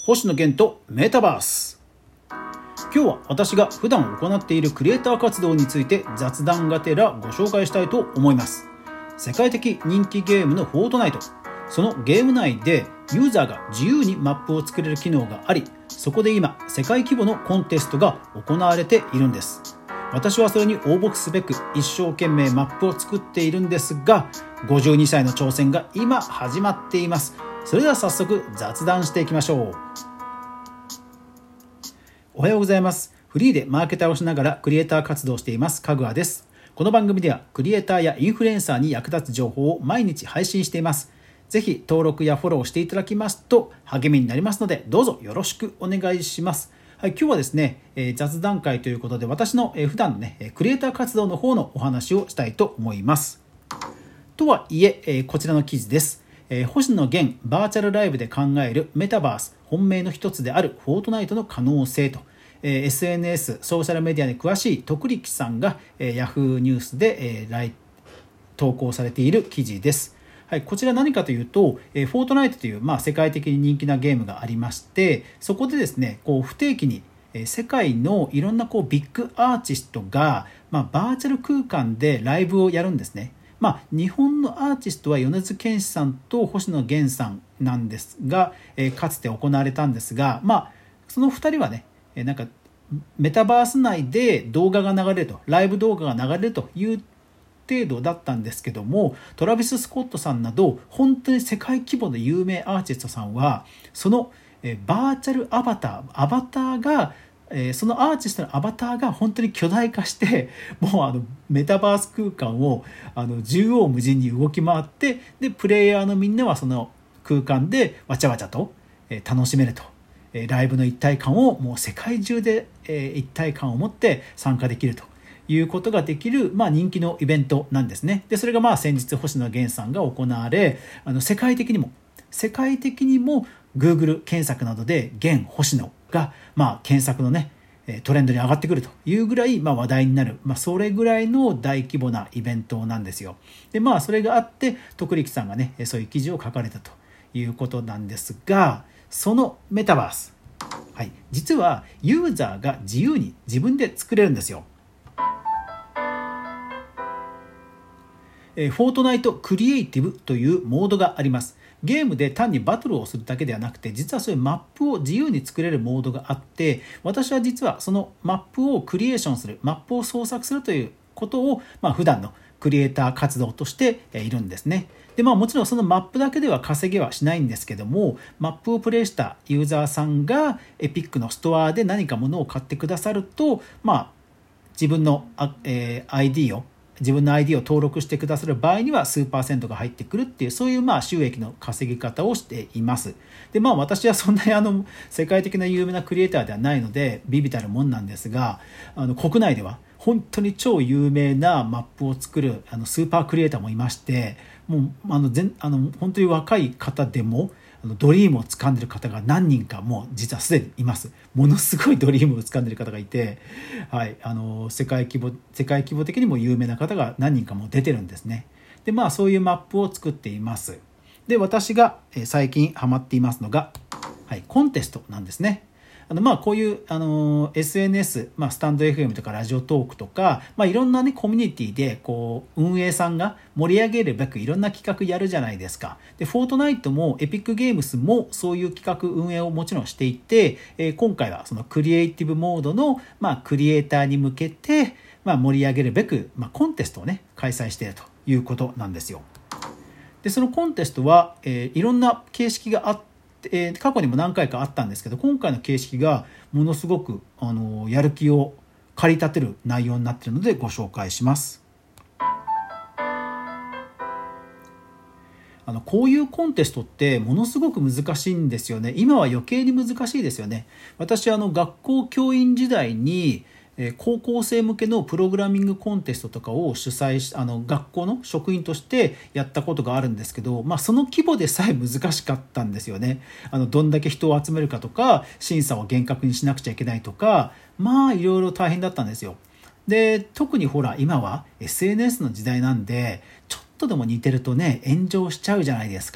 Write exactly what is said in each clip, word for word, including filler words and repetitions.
星野源とメタバース。今日は私が普段行っているクリエイター活動について雑談がてらご紹介したいと思います。世界的人気ゲームのフォートナイト、そのゲーム内でユーザーが自由にマップを作れる機能があり、そこで今世界規模のコンテストが行われているんです。私はそれに応募すべく一生懸命マップを作っているんですが、ごじゅうにさいの挑戦が今始まっています。それでは早速雑談していきましょう。おはようございます。フリーでマーケターをしながらクリエイター活動をしていますかぐわです。この番組ではクリエイターやインフルエンサーに役立つ情報を毎日配信しています。ぜひ登録やフォローしていただきますと励みになりますので、どうぞよろしくお願いします。はい、今日はですね、えー、雑談会ということで私の、えー、普段のねクリエイター活動の方のお話をしたいと思います。とはいえ、えー、こちらの記事です。えー、星野源バーチャルライブで考えるメタバース本命の一つであるフォートナイトの可能性と、えー、エスエヌエス ソーシャルメディアに詳しい徳力さんが、えー、ヤフーニュースで、えー、投稿されている記事です。はい、こちら何かというと、えー、フォートナイトという、まあ、世界的に人気なゲームがありまして、そこでですねこう不定期に、えー、世界のいろんなこうビッグアーティストが、まあ、バーチャル空間でライブをやるんですね。まあ、日本のアーティストは米津玄師さんと星野源さんなんですが、えー、かつて行われたんですが、まあ、そのふたりはね、えー、なんかメタバース内で動画が流れると、ライブ動画が流れるという程度だったんですけども、トラビス・スコットさんなど本当に世界規模の有名アーティストさんはそのバーチャルアバターアバターがそのアーティストのアバターが本当に巨大化して、もうあのメタバース空間をあの縦横無尽に動き回って、でプレイヤーのみんなはその空間でわちゃわちゃと楽しめると、ライブの一体感をもう世界中で一体感を持って参加できるということができる、まあ、人気のイベントなんですね。でそれがまあ先日星野源さんが行われ、あの世界的にも世界的にも Google 検索などで源星野が、まあ、検索のねトレンドに上がってくるというぐらい、まあ、話題になる、まあ、それぐらいの大規模なイベントなんですよ。でまあそれがあって徳力さんがねそういう記事を書かれたということなんですが、そのメタバース、はい、実はユーザーが自由に自分で作れるんですよ。フォートナイトクリエイティブというモードがあります。ゲームで単にバトルをするだけではなくて、実はそういうマップを自由に作れるモードがあって、私は実はそのマップをクリエーションする、マップを創作するということを、まあ、普段のクリエイター活動としているんですね。でまあ、もちろんそのマップだけでは稼げはしないんですけども、マップをプレイしたユーザーさんがエピックのストアで何か物を買ってくださると、まあ、自分の、えー、アイディー を自分の アイディー を登録してくださる場合には数パーセントが入ってくるっていう、そういうまあ収益の稼ぎ方をしています。でまあ私はそんなにあの世界的な有名なクリエイターではないので微々たるもんなんですが、あの国内では本当に超有名なマップを作るあのスーパークリエイターもいまして、もうあの全あの本当に若い方でもドリームを掴んでる方が何人かもう実はすでにいます。ものすごいドリームを掴んでる方がいて、はい、あの世界規模世界規模的にも有名な方が何人かもう出てるんですね。でまあそういうマップを作っています。で私が最近ハマっていますのが、はい、コンテストなんですね。あのまあこういうあの エスエヌエス、まあ、スタンド エフエム とかラジオトークとか、まあ、いろんな、ね、コミュニティでこう運営さんが盛り上げるべくいろんな企画やるじゃないですか。でフォートナイトもエピックゲームスもそういう企画運営をもちろんしていて、えー、今回はそのクリエイティブモードの、まあ、クリエイターに向けて、まあ、盛り上げるべく、まあ、コンテストをね開催しているということなんですよ。でそのコンテストは、えー、いろんな形式があってえー、過去にも何回かあったんですけど、今回の形式がものすごくあのやる気を駆り立てる内容になっているのでご紹介します。あのこういうコンテストってものすごく難しいんですよね。今は余計に難しいですよね。私あの学校教員時代に高校生向けのプログラミングコンテストとかを主催し、あの学校の職員としてやったことがあるんですけど、まあ、その規模でさえ難しかったんですよね。あのどんだけ人を集めるかとか、審査を厳格にしなくちゃいけないとか、まあいろいろ大変だったんですよ。で特にほら今は エスエヌエス の時代なんで、ちょっとでも似てるとね炎上しちゃうじゃないですか。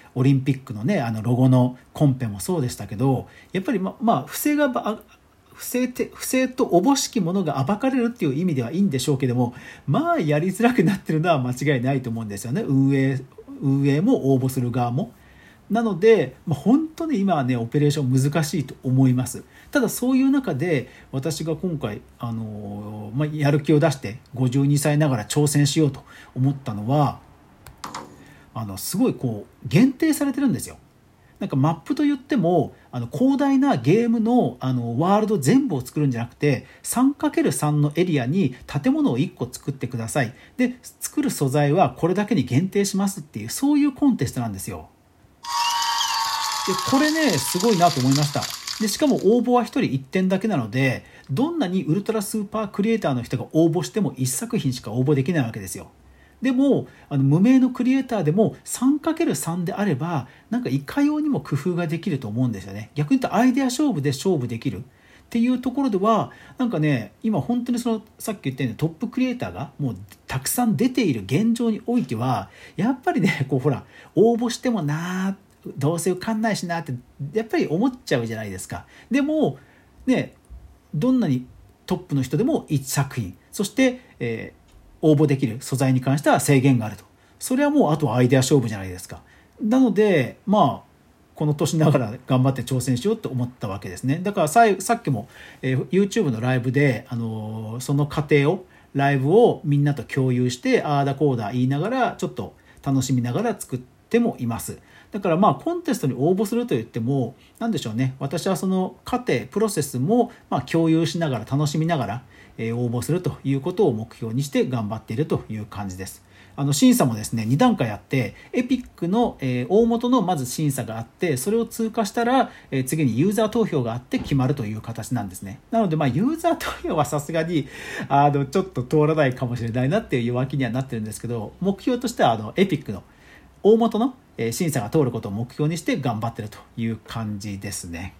オリンピックのねあのロゴのコンペもそうでしたけど、やっぱりままあ不正がば不正て不正とおぼしきものが暴かれるっていう意味ではいいんでしょうけども、まあやりづらくなってるのは間違いないと思うんですよね。運営運営も応募する側も。なので、まあ、本当に今はねオペレーション難しいと思います。ただそういう中で私が今回、あのーまあ、やる気を出してごじゅうにさいながら挑戦しようと思ったのは、あのすごいこう限定されてるんですよ。なんかマップといってもあの広大なゲーム の, あのワールド全部を作るんじゃなくて スリーかけるスリー のエリアに建物をいっこ作ってください、で作る素材はこれだけに限定しますっていう、そういうコンテストなんですよ。でこれねすごいなと思いました。でしかも応募はひとりいってんだけなので、どんなにウルトラスーパークリエイターの人が応募してもいっさく品しか応募できないわけですよ。でもあの無名のクリエイターでも スリーかけるスリー であればなんかいかようにも工夫ができると思うんですよね。逆に言うとアイデア勝負で勝負できるっていうところではなんかね、今本当にそのさっき言ったようにトップクリエイターがもうたくさん出ている現状においてはやっぱりねこうほら応募してもなどうせ受かんないしなってやっぱり思っちゃうじゃないですか。でもね、どんなにトップの人でもいちさく品、そして、えー応募できる素材に関しては制限があると。それはもうあとはアイデア勝負じゃないですか。なのでまあこの年ながら頑張って挑戦しようと思ったわけですね。だから さ, さっきも、えー、YouTube のライブで、あのー、その過程をライブをみんなと共有してあーだこーだ言いながらちょっと楽しみながら作ってもいます。だからまあコンテストに応募するといっても何でしょうね、私はその過程プロセスもまあ共有しながら楽しみながら応募するということを目標にして頑張っているという感じです。あの審査もですねに段階あって、エピックの大元のまず審査があって、それを通過したら次にユーザー投票があって決まるという形なんですね。なのでまあユーザー投票はさすがにあのちょっと通らないかもしれないなっていう弱気にはなってるんですけど、目標としてはあのエピックの大元の審査が通ることを目標にして頑張っているという感じですね。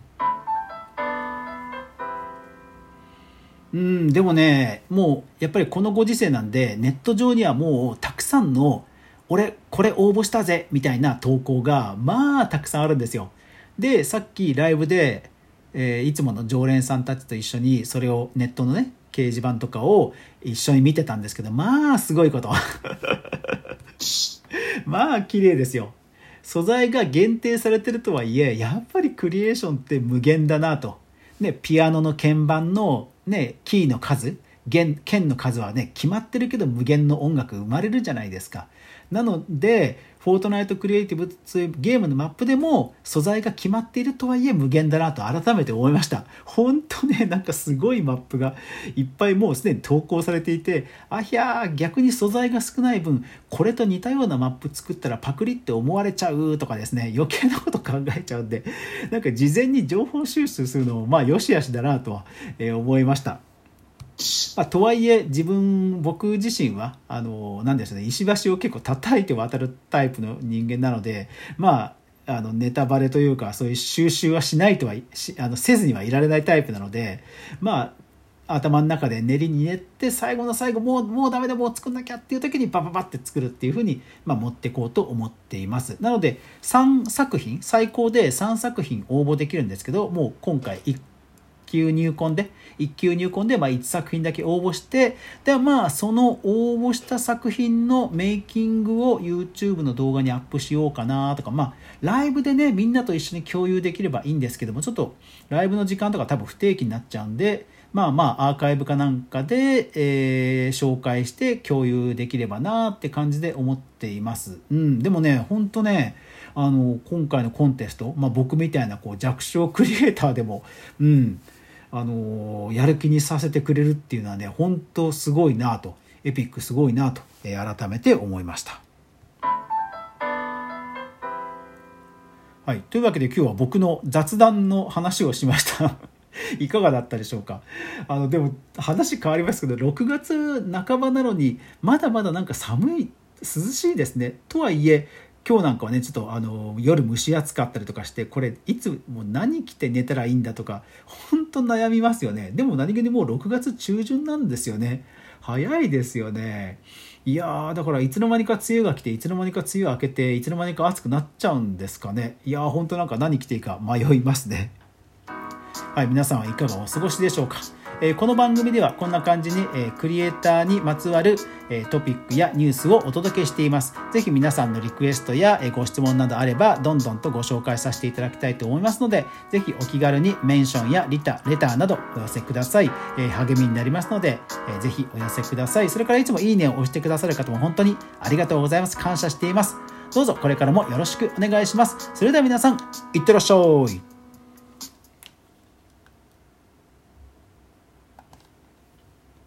うん、でもねもうやっぱりこのご時世なんでネット上にはもうたくさんの俺これ応募したぜみたいな投稿がまあたくさんあるんですよ。でさっきライブで、えー、いつもの常連さんたちと一緒にそれをネットのね掲示板とかを一緒に見てたんですけど、まあすごいことまあ綺麗ですよ。素材が限定されてるとはいえやっぱりクリエーションって無限だなと、ね、ピアノの鍵盤のね、キーの数、弦の数はね決まってるけど無限の音楽生まれるじゃないですか。なのでフォートナイトクリエイティブというゲームのマップでも素材が決まっているとはいえ無限だなと改めて思いました。本当ねなんかすごいマップがいっぱいもうすでに投稿されていて、あひゃー逆に素材が少ない分これと似たようなマップ作ったらパクリって思われちゃうとかですね、余計なこと考えちゃうんでなんか事前に情報収集するのもまあよしあしだなとは思いました。まあ、とはいえ自分僕自身はあのなんですね、石橋を結構叩いて渡るタイプの人間なので、まああのネタバレというかそういう収集はしないとはしあのせずにはいられないタイプなので、まあ頭の中で練りに練って最後の最後もうもうダメだもう作んなきゃっていう時にバババって作るっていう風にまあ持っていこうと思っています。なのでさんさく品最高でさんさく品応募できるんですけど、もう今回いっ級入魂でいっ級入魂でまあいちさく品だけ応募して、でまあその応募した作品のメイキングを YouTube の動画にアップしようかなとか、まあライブでねみんなと一緒に共有できればいいんですけども、ちょっとライブの時間とか多分不定期になっちゃうんで、まあまあアーカイブかなんかで、えー、紹介して共有できればなって感じで思っています。うん、でもねほんとねあの今回のコンテスト、まあ、僕みたいなこう弱小クリエイターでもうんあのやる気にさせてくれるっていうのはね本当すごいなと、エピックすごいなと、えー、改めて思いました。はい、というわけで今日は僕の雑談の話をしましたいかがだったでしょうか。あのでも話変わりますけどろくがつなかばなのにまだまだなんか寒い涼しいですね。とはいえ今日なんかはねちょっとあの夜蒸し暑かったりとかして、これいつもう何着て寝たらいいんだとか本当悩みますよね。でも何気にもうろくがつ中旬なんですよね。早いですよね。 いやー、だからいつの間にか梅雨が来て、いつの間にか梅雨明けて、いつの間にか暑くなっちゃうんですかね。いやー、本当なんか何着ていいか迷いますね。はい、皆さんはいかがお過ごしでしょうか。えー、この番組ではこんな感じに、えー、クリエイターにまつわる、えー、トピックやニュースをお届けしています。ぜひ皆さんのリクエストや、えー、ご質問などあればどんどんとご紹介させていただきたいと思いますので、ぜひお気軽にメンションやリタ、レターなどお寄せください。えー、励みになりますので、えー、ぜひお寄せください。それからいつもいいねを押してくださる方も本当にありがとうございます。感謝しています。どうぞこれからもよろしくお願いします。それでは皆さん、いってらっしゃい。